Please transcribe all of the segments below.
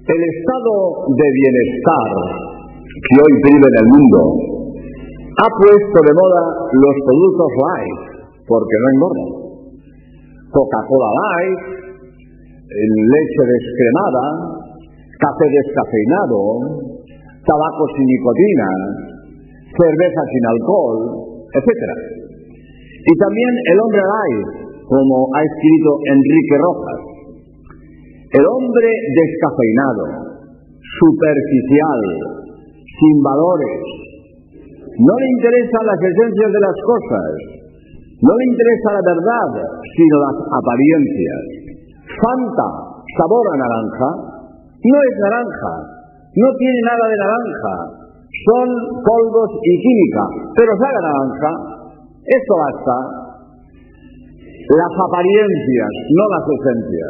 El estado de bienestar que hoy vive en el mundo ha puesto de moda los productos light, porque no engordan. Coca-Cola light, leche descremada, café descafeinado, tabaco sin nicotina, cerveza sin alcohol, etc. Y también el hombre light, como ha escrito Enrique Rojas. El hombre descafeinado, superficial, sin valores, no le interesan las esencias de las cosas, no le interesa la verdad, sino las apariencias. Fanta, sabor a naranja, no es naranja, no tiene nada de naranja, son polvos y química, pero sabe a naranja, esto basta. Las apariencias, no las esencias.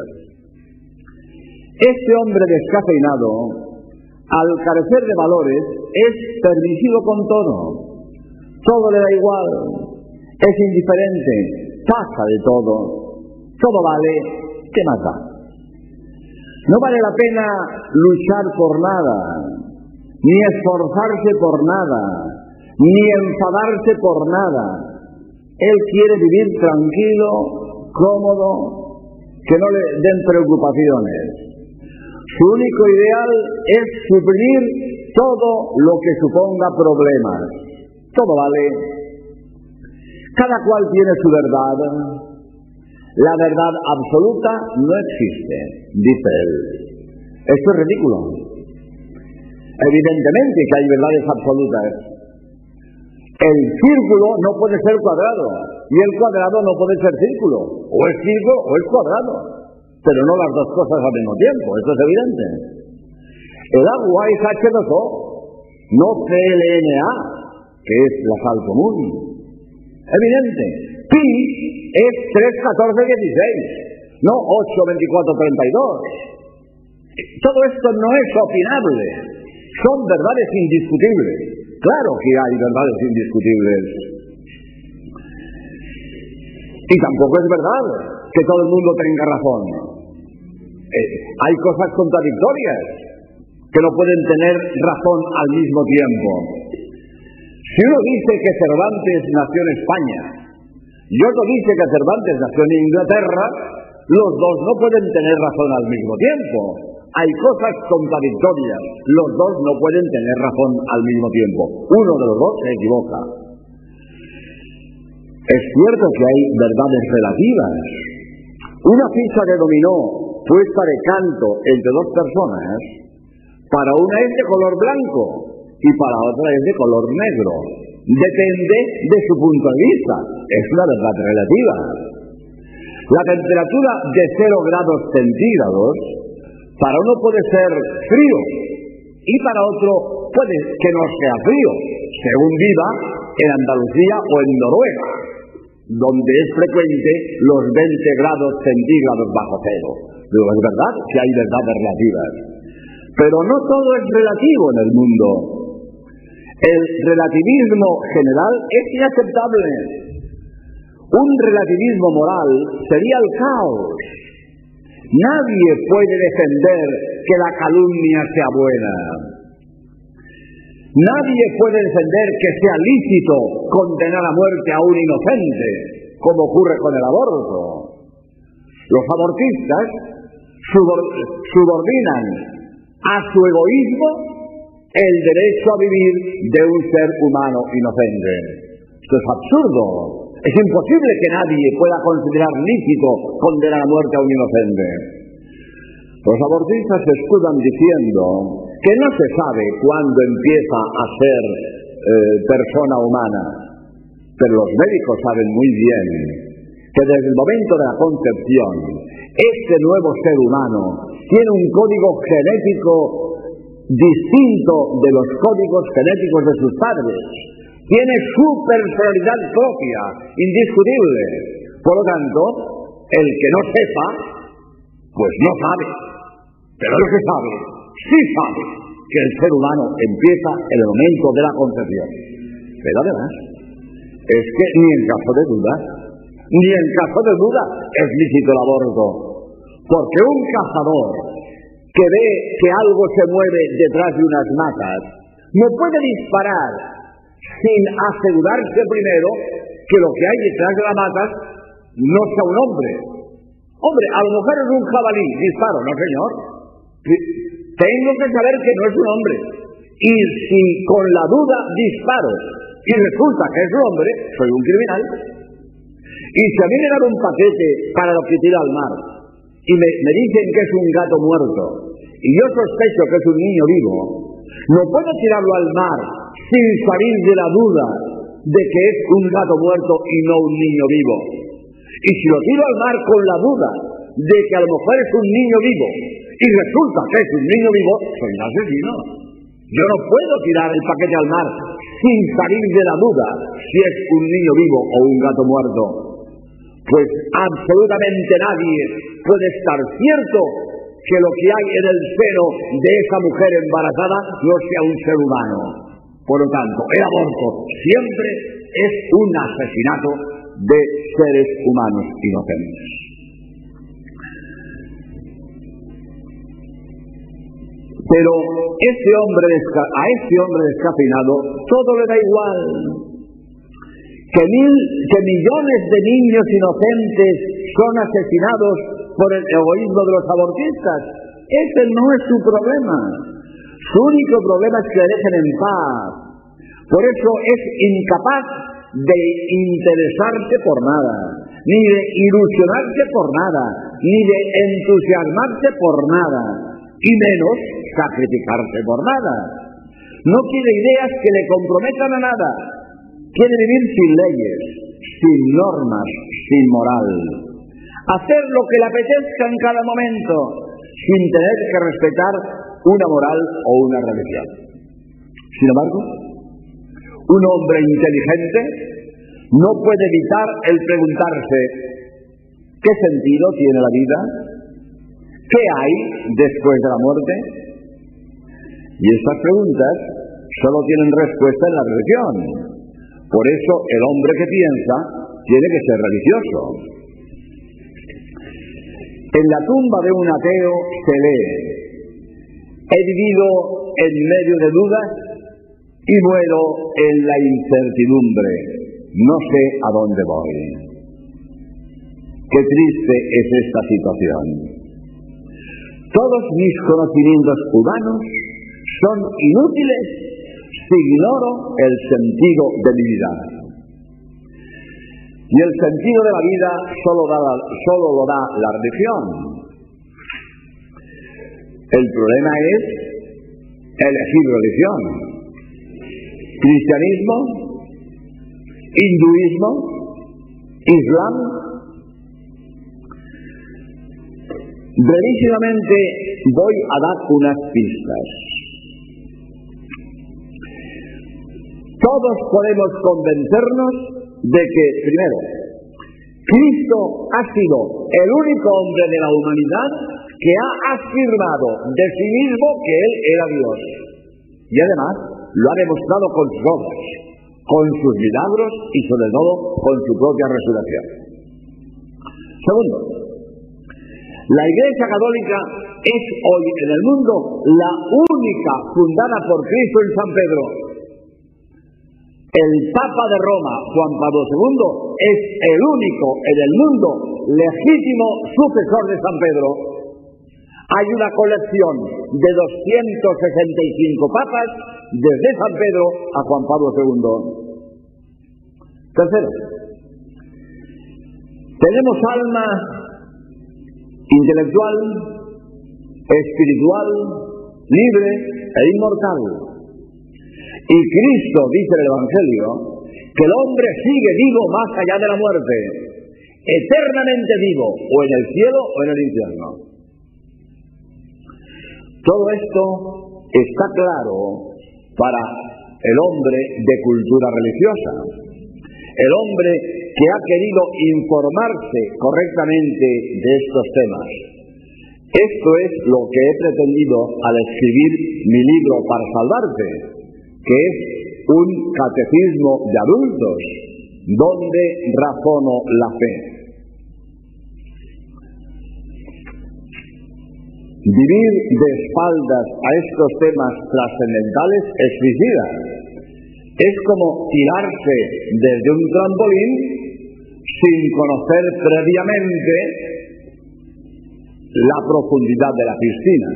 Este hombre descafeinado, al carecer de valores, es permisivo con todo le da igual, es indiferente, pasa de todo vale, ¿qué más da? No vale la pena luchar por nada, ni esforzarse por nada, ni enfadarse por nada. Él quiere vivir tranquilo, cómodo, que no le den preocupaciones. Su único ideal es suplir todo lo que suponga problemas. Todo vale. Cada cual tiene su verdad. La verdad absoluta no existe, dice él. Esto es ridículo. Evidentemente que hay verdades absolutas. El círculo no puede ser cuadrado y el cuadrado no puede ser círculo. O es círculo o es cuadrado. Pero no las dos cosas al mismo tiempo, eso es evidente. El agua es H2O, no ClNA, que es la sal común. Evidente. Pi es 3, 14, 16, no 8, 24, 32. Todo esto no es opinable, son verdades indiscutibles. Claro que hay verdades indiscutibles. Y tampoco es verdad que todo el mundo tenga razón. Hay cosas contradictorias que no pueden tener razón al mismo tiempo. Si uno dice que Cervantes nació en España y otro dice que Cervantes nació en Inglaterra, los dos no pueden tener razón al mismo tiempo. Hay cosas contradictorias, los dos no pueden tener razón al mismo tiempo. Uno de los dos se equivoca. Es cierto que hay verdades relativas. Una ficha de dominó puesta de canto entre dos personas, para una es de color blanco y para otra es de color negro. Depende de su punto de vista. Es una verdad relativa. La temperatura de 0 grados centígrados para uno puede ser frío y para otro puede que no sea frío, según viva en Andalucía o en Noruega, donde es frecuente los 20 grados centígrados bajo cero. Pero es verdad que hay verdades relativas. Pero no todo es relativo en el mundo. El relativismo general es inaceptable. Un relativismo moral sería el caos. Nadie puede defender que la calumnia sea buena. Nadie puede defender que sea lícito condenar a muerte a un inocente, como ocurre con el aborto. Los abortistas subordinan a su egoísmo el derecho a vivir de un ser humano inocente. Esto es absurdo. Es imposible que nadie pueda considerar lícito condenar a muerte a un inocente. Los abortistas se escudan diciendo que no se sabe cuándo empieza a ser persona humana, pero los médicos saben muy bien que desde el momento de la concepción, este nuevo ser humano tiene un código genético distinto de los códigos genéticos de sus padres. Tiene su personalidad propia, indiscutible. Por lo tanto, el que no sepa, pues no sabe. Pero el que sabe, sí sabe que el ser humano empieza en el momento de la concepción. Pero además, es que ni en caso de duda es lícito el aborto. Porque un cazador que ve que algo se mueve detrás de unas matas, no puede disparar sin asegurarse primero que lo que hay detrás de las matas no sea un hombre. Hombre, a lo mejor es un jabalí, disparo, no señor. Tengo que saber que no es un hombre. Y si con la duda disparo y resulta que es un hombre, soy un criminal. Y si a mí me dan un paquete para lo que tiro al mar y me dicen que es un gato muerto y yo sospecho que es un niño vivo, no puedo tirarlo al mar sin salir de la duda de que es un gato muerto y no un niño vivo. Y si lo tiro al mar con la duda de que a lo mejor es un niño vivo y resulta que es un niño vivo, soy un asesino. Yo no puedo tirar el paquete al mar sin salir de la duda si es un niño vivo o un gato muerto. Pues absolutamente nadie puede estar cierto que lo que hay en el seno de esa mujer embarazada no sea un ser humano. Por lo tanto, el aborto siempre es un asesinato de seres humanos inocentes. Pero a este hombre descafeinado todo le da igual. Que millones de niños inocentes son asesinados por el egoísmo de los abortistas. Ese no es su problema. Su único problema es que le dejen en paz. Por eso es incapaz de interesarse por nada, ni de ilusionarse por nada, ni de entusiasmarse por nada, y menos sacrificarse por nada. No quiere ideas que le comprometan a nada. Quiere vivir sin leyes, sin normas, sin moral. Hacer lo que le apetezca en cada momento, sin tener que respetar una moral o una religión. Sin embargo, un hombre inteligente no puede evitar el preguntarse: ¿qué sentido tiene la vida? ¿Qué hay después de la muerte? Y estas preguntas solo tienen respuesta en la religión. Por eso el hombre que piensa tiene que ser religioso. En la tumba de un ateo se lee: he vivido en medio de dudas y muero en la incertidumbre. No sé a dónde voy. Qué triste es esta situación. Todos mis conocimientos humanos son inútiles si ignoro el sentido de mi vida. Y el sentido de la vida solo lo da la religión. El problema es elegir religión. Cristianismo, hinduismo, islam. Brevísimamente voy a dar unas pistas. Todos podemos convencernos de que, primero, Cristo ha sido el único hombre de la humanidad que ha afirmado de sí mismo que Él era Dios. Y además lo ha demostrado con sus obras, con sus milagros y sobre todo con su propia resurrección. Segundo, la Iglesia Católica es hoy en el mundo la única fundada por Cristo en San Pedro. El Papa de Roma, Juan Pablo II, es el único en el mundo legítimo sucesor de San Pedro. Hay una colección de 265 papas desde San Pedro a Juan Pablo II. Tercero, tenemos alma intelectual, espiritual, libre e inmortal. Y Cristo dice en el Evangelio que el hombre sigue vivo más allá de la muerte, eternamente vivo, o en el cielo o en el infierno. Todo esto está claro para el hombre de cultura religiosa, el hombre que ha querido informarse correctamente de estos temas. Esto es lo que he pretendido al escribir mi libro Para Salvarte, que es un catecismo de adultos, donde razono la fe. Vivir de espaldas a estos temas trascendentales es suicida. Es como tirarse desde un trampolín sin conocer previamente la profundidad de la piscina.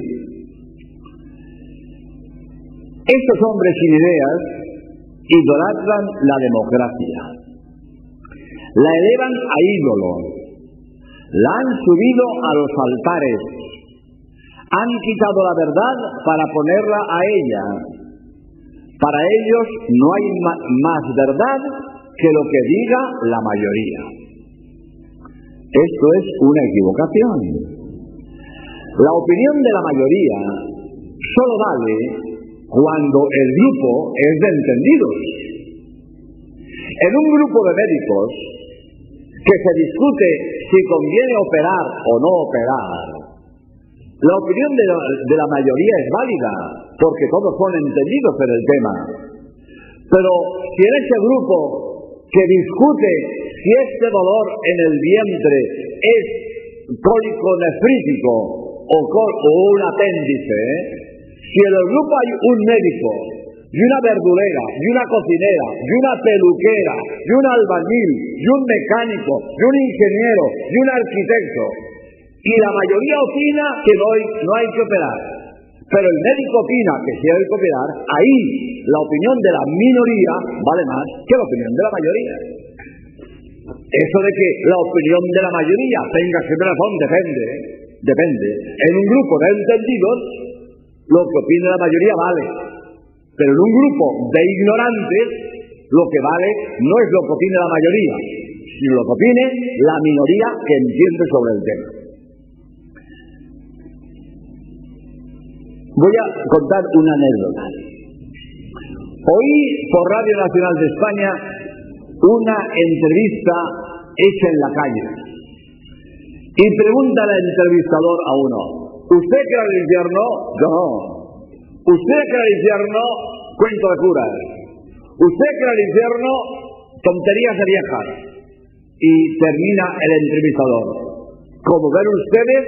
Estos hombres sin ideas idolatran la democracia, la elevan a ídolo, la han subido a los altares, han quitado la verdad para ponerla a ella. Para ellos no hay más verdad que lo que diga la mayoría. Esto es una equivocación. La opinión de la mayoría solo vale cuando el grupo es de entendidos. En un grupo de médicos que se discute si conviene operar o no operar, la opinión de la mayoría es válida, porque todos son entendidos en el tema. Pero si en ese grupo que discute si este dolor en el vientre es cólico nefrítico o un apéndice, si en el grupo hay un médico y una verdulera y una cocinera y una peluquera y un albañil y un mecánico y un ingeniero y un arquitecto, y la mayoría opina que no hay que operar, pero el médico opina que sí hay que operar, ahí la opinión de la minoría vale más que la opinión de la mayoría. Eso de que la opinión de la mayoría tenga siempre razón depende. En un grupo de entendidos, lo que opine la mayoría vale, pero en un grupo de ignorantes, lo que vale no es lo que opine la mayoría, sino lo que opine la minoría que entiende sobre el tema. Voy a contar una anécdota. Oí por Radio Nacional de España una entrevista hecha en la calle y pregunta al entrevistador a uno: ¿usted cree en el infierno? No. ¿Usted cree en el infierno? Cuento de curas. ¿Usted cree en el infierno? Tonterías de viejas. Y termina el entrevistador: como ven ustedes,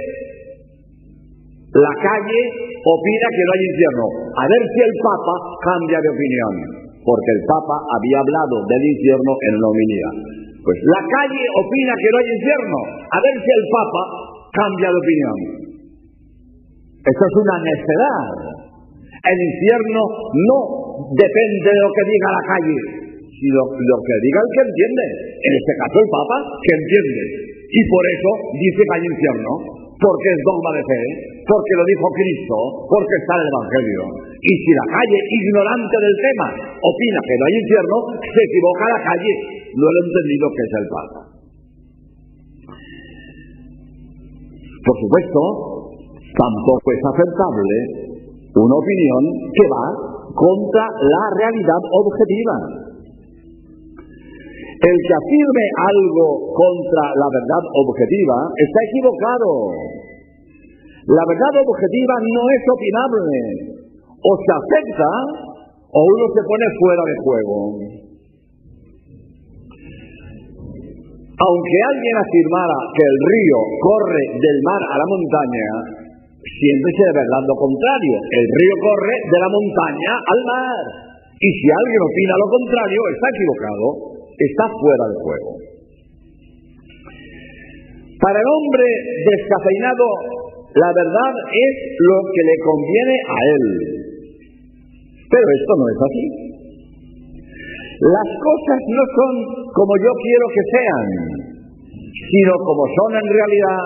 la calle opina que no hay infierno. A ver si el Papa cambia de opinión, porque el Papa había hablado del infierno en una homilía. Pues la calle opina que no hay infierno. A ver si el Papa cambia de opinión. Esto es una necedad. El infierno no depende de lo que diga la calle, sino lo que diga el que entiende. En este caso el Papa, que entiende. Y por eso dice que hay infierno. Porque es dogma de fe, porque lo dijo Cristo, porque está en el Evangelio. Y si la calle, ignorante del tema, opina que no hay infierno, se equivoca la calle, no lo ha entendido que es el Papa. Por supuesto, tampoco es aceptable una opinión que va contra la realidad objetiva. El que afirme algo contra la verdad objetiva está equivocado. La verdad objetiva no es opinable. O se acepta o uno se pone fuera de juego. Aunque alguien afirmara que el río corre del mar a la montaña, siempre se debe hablar lo contrario. El río corre de la montaña al mar. Y si alguien opina lo contrario, está equivocado. Está fuera de juego. Para el hombre descafeinado, la verdad es lo que le conviene a él. Pero esto no es así. Las cosas no son como yo quiero que sean, sino como son en realidad.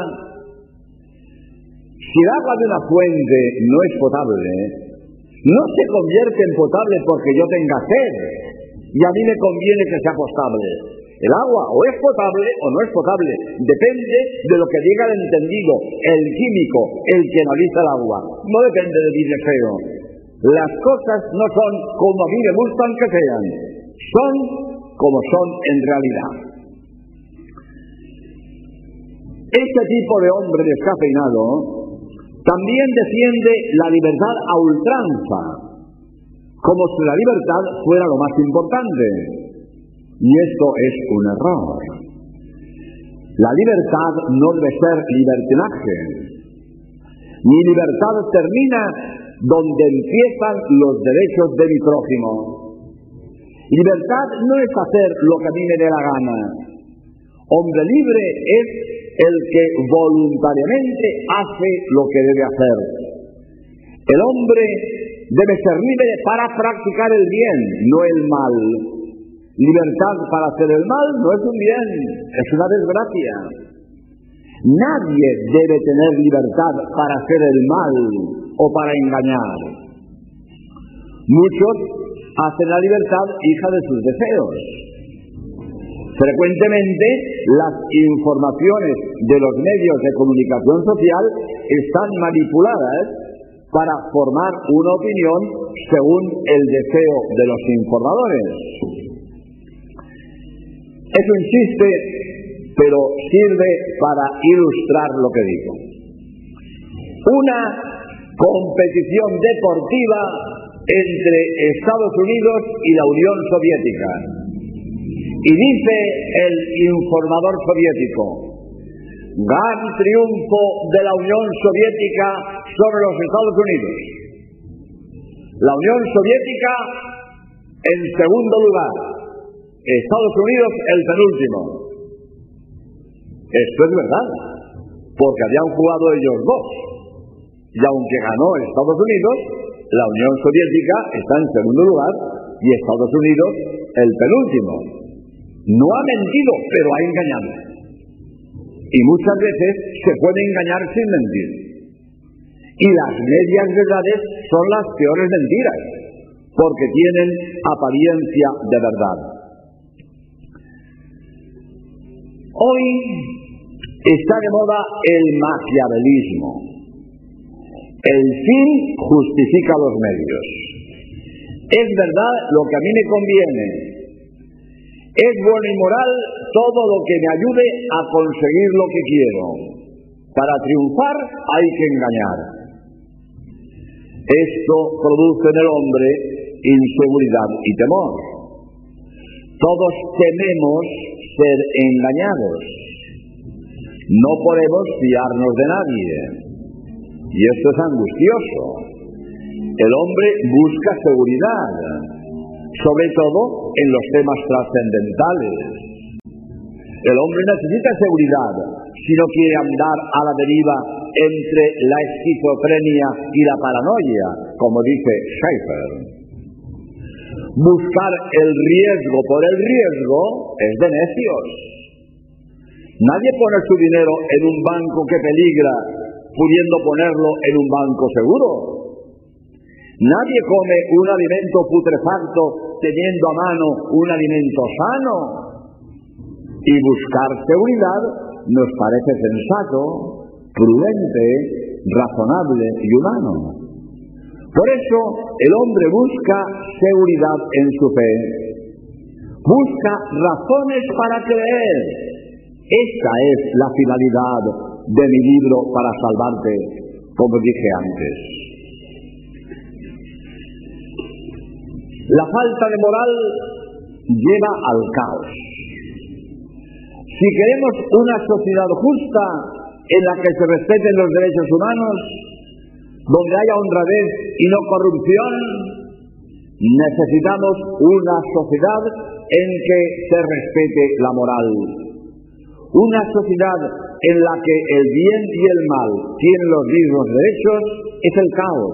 Si el agua de una fuente no es potable, no se convierte en potable porque yo tenga sed. Y a mí me conviene que sea potable. El agua o es potable o no es potable. Depende de lo que diga el entendido, el químico, el que analiza el agua. No depende de mi deseo. Las cosas no son como a mí me gustan que sean. Son como son en realidad. Este tipo de hombre descafeinado también defiende la libertad a ultranza, como si la libertad fuera lo más importante. Y esto es un error. La libertad no debe ser libertinaje. Mi libertad termina donde empiezan los derechos de mi prójimo. Libertad no es hacer lo que a mí me dé la gana. Hombre libre es el que voluntariamente hace lo que debe hacer. El hombre debe ser libre para practicar el bien, no el mal. Libertad para hacer el mal no es un bien, es una desgracia. Nadie debe tener libertad para hacer el mal o para engañar. Muchos hacen la libertad hija de sus deseos. Frecuentemente las informaciones de los medios de comunicación social están manipuladas para formar una opinión según el deseo de los informadores. Es un chiste, pero sirve para ilustrar lo que digo. Una competición deportiva entre Estados Unidos y la Unión Soviética. Y dice el informador soviético: gran triunfo de la Unión Soviética sobre los Estados Unidos. La Unión Soviética en segundo lugar, Estados Unidos el penúltimo. Esto es verdad, porque habían jugado ellos dos. Y aunque ganó Estados Unidos, la Unión Soviética está en segundo lugar y Estados Unidos el penúltimo. No ha mentido, pero ha engañado. Y muchas veces se puede engañar sin mentir. Y las medias verdades son las peores mentiras, porque tienen apariencia de verdad. Hoy está de moda el maquiavelismo. El fin justifica los medios. Es verdad lo que a mí me conviene. Es bueno y moral todo lo que me ayude a conseguir lo que quiero. Para triunfar hay que engañar. Esto produce en el hombre inseguridad y temor. Todos tememos ser engañados. No podemos fiarnos de nadie. Y esto es angustioso. El hombre busca seguridad, sobre todo en los temas trascendentales. El hombre necesita seguridad si no quiere andar a la deriva entre la esquizofrenia y la paranoia, como dice Schaeffer. Buscar el riesgo por el riesgo es de necios. Nadie pone su dinero en un banco que peligra, pudiendo ponerlo en un banco seguro. Nadie come un alimento putrefacto teniendo a mano un alimento sano. Y buscar seguridad nos parece sensato, prudente, razonable y humano. Por eso el hombre busca seguridad en su fe. Busca razones para creer. Esta es la finalidad de mi libro Para salvarte, como dije antes. La falta de moral lleva al caos. Si queremos una sociedad justa en la que se respeten los derechos humanos, donde haya honradez y no corrupción, necesitamos una sociedad en que se respete la moral. Una sociedad en la que el bien y el mal tienen los mismos derechos es el caos.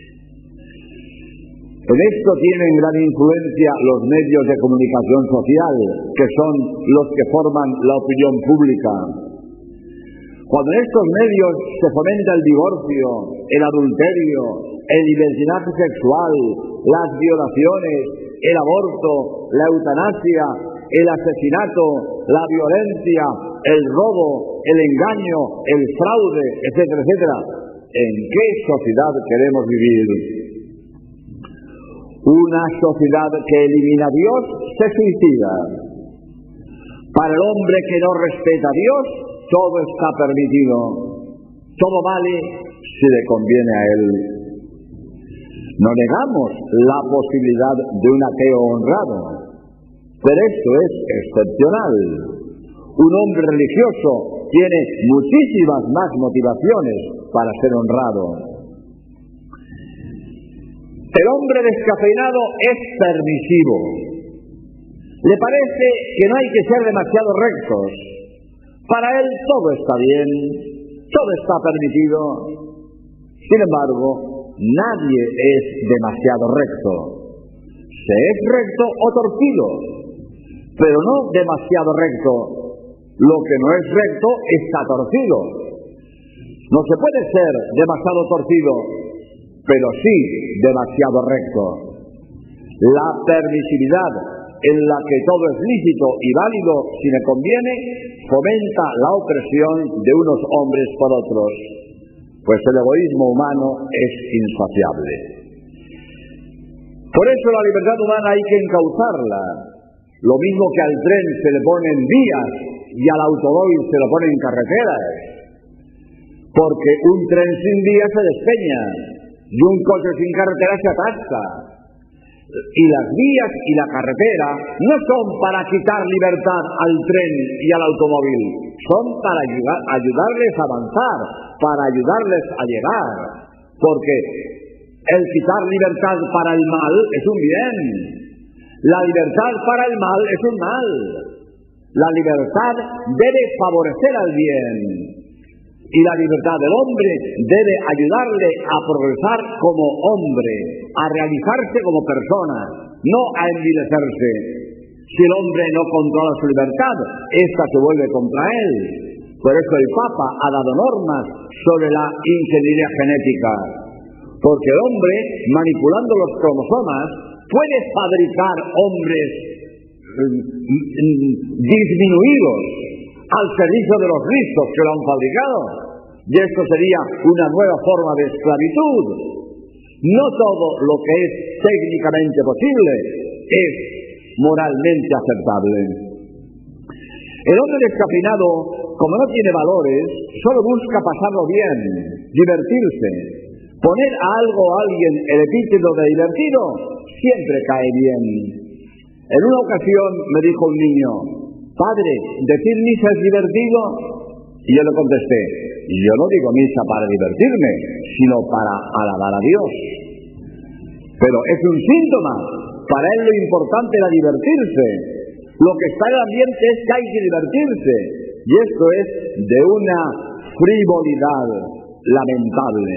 En esto tienen gran influencia los medios de comunicación social, que son los que forman la opinión pública. Cuando en estos medios se fomenta el divorcio, el adulterio, el libertinaje sexual, las violaciones, el aborto, la eutanasia, el asesinato, la violencia, el robo, el engaño, el fraude, etcétera, etcétera, ¿en qué sociedad queremos vivir? Una sociedad que elimina a Dios se suicida. Para el hombre que no respeta a Dios, todo está permitido. Todo vale si le conviene a él. No negamos la posibilidad de un ateo honrado, pero esto es excepcional. Un hombre religioso tiene muchísimas más motivaciones para ser honrado. El hombre descafeinado es permisivo. Le parece que no hay que ser demasiado rectos. Para él todo está bien, todo está permitido. Sin embargo, nadie es demasiado recto. Se es recto o torcido, pero no demasiado recto. Lo que no es recto está torcido. No se puede ser demasiado torcido, pero sí demasiado recto. La permisividad en la que todo es lícito y válido si me conviene, fomenta la opresión de unos hombres por otros, pues el egoísmo humano es insaciable. Por eso la libertad humana hay que encauzarla, lo mismo que al tren se le ponen vías y al automóvil se le ponen carreteras, porque un tren sin vías se despeña y un coche sin carretera se atasca. Y las vías y la carretera no son para quitar libertad al tren y al automóvil, son para ayudarles a avanzar, para ayudarles a llegar, porque el quitar libertad para el mal es un bien, la libertad para el mal es un mal. La libertad debe favorecer al bien y la libertad del hombre debe ayudarle a progresar como hombre, a realizarse como persona, no a envilecerse. Si el hombre no controla su libertad, esta se vuelve contra él. Por eso el Papa ha dado normas sobre la ingeniería genética, porque el hombre, manipulando los cromosomas, puede fabricar hombres disminuidos al servicio de los listos que lo han fabricado, y esto sería una nueva forma de esclavitud. No todo lo que es técnicamente posible es moralmente aceptable. El hombre descafeinado, como no tiene valores, solo busca pasarlo bien, divertirse. Poner a algo o a alguien el epíteto de divertido siempre cae bien. En una ocasión me dijo un niño: padre, ¿decir misa es divertido? Y yo le contesté: yo no digo misa para divertirme, sino para alabar a Dios. Pero es un síntoma. Para él lo importante era divertirse. Lo que está en el ambiente es que hay que divertirse. Y esto es de una frivolidad lamentable.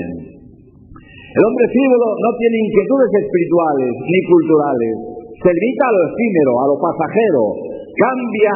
El hombre frívolo no tiene inquietudes espirituales ni culturales. Se limita a lo efímero, a lo pasajero. Cambia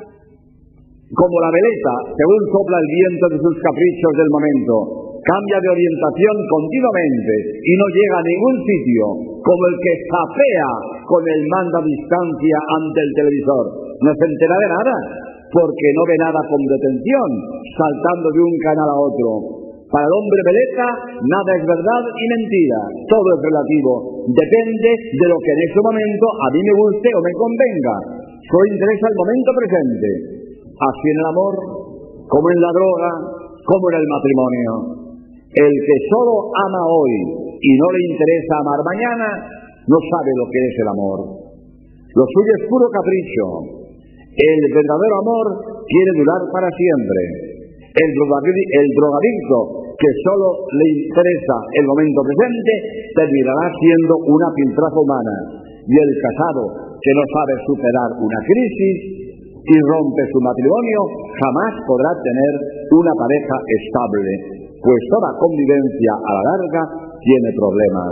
como la veleta según sopla el viento de sus caprichos del momento. Cambia de orientación continuamente y no llega a ningún sitio, como el que zapea con el mando a distancia ante el televisor. No se entera de nada, porque no ve nada con detención, saltando de un canal a otro. Para el hombre veleta, nada es verdad y mentira, todo es relativo. Depende de lo que en ese momento a mí me guste o me convenga. Solo interesa el momento presente. Así en el amor, como en la droga, como en el matrimonio. El que solo ama hoy y no le interesa amar mañana, no sabe lo que es el amor. Lo suyo es puro capricho. El verdadero amor quiere durar para siempre. El drogadicto que solo le interesa el momento presente terminará siendo una piltrafa humana. Y el casado que no sabe superar una crisis y rompe su matrimonio jamás podrá tener una pareja estable, pues toda convivencia a la larga tiene problemas.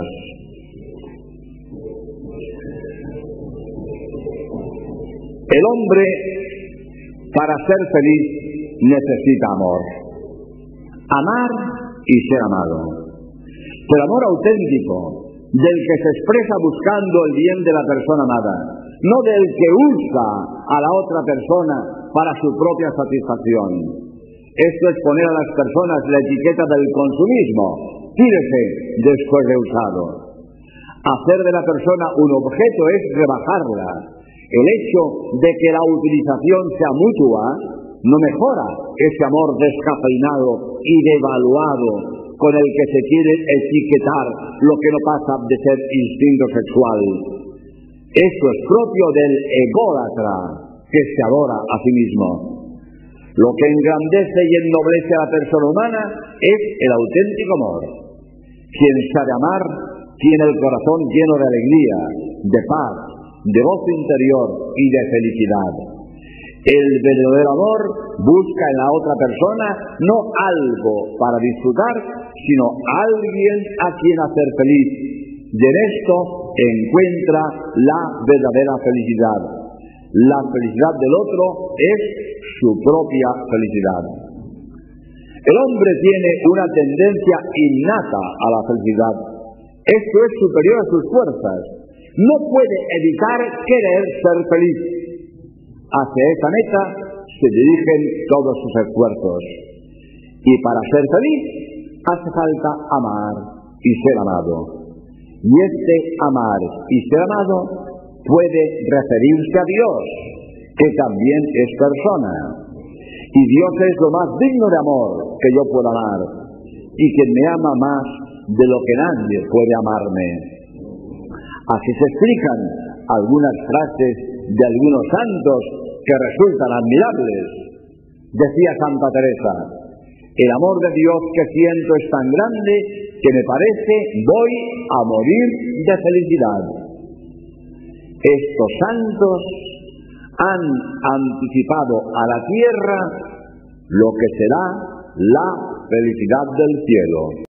El hombre, para ser feliz, necesita amor. Amar y ser amado. Pero amor auténtico, del que se expresa buscando el bien de la persona amada, no del que usa a la otra persona para su propia satisfacción. Esto es poner a las personas la etiqueta del consumismo. Tírese después de usado. Hacer de la persona un objeto es rebajarla. El hecho de que la utilización sea mutua no mejora ese amor descafeinado y devaluado con el que se quiere etiquetar lo que no pasa de ser instinto sexual. Esto es propio del ególatra que se adora a sí mismo. Lo que engrandece y ennoblece a la persona humana es el auténtico amor. Quien sabe amar tiene el corazón lleno de alegría, de paz, de gozo interior y de felicidad. El verdadero amor busca en la otra persona no algo para disfrutar, sino alguien a quien hacer feliz. Y en esto encuentra la verdadera felicidad. La felicidad del otro es su propia felicidad. El hombre tiene una tendencia innata a la felicidad. Esto es superior a sus fuerzas. No puede evitar querer ser feliz. Hacia esa meta se dirigen todos sus esfuerzos. Y para ser feliz hace falta amar y ser amado. Y este amar y ser amado puede referirse a Dios, que también es persona. Y Dios es lo más digno de amor que yo pueda amar, y quien me ama más de lo que nadie puede amarme. Así se explican algunas frases de algunos santos que resultan admirables. Decía Santa Teresa: el amor de Dios que siento es tan grande que me parece voy a morir de felicidad. Estos santos han anticipado a la tierra lo que será la felicidad del cielo.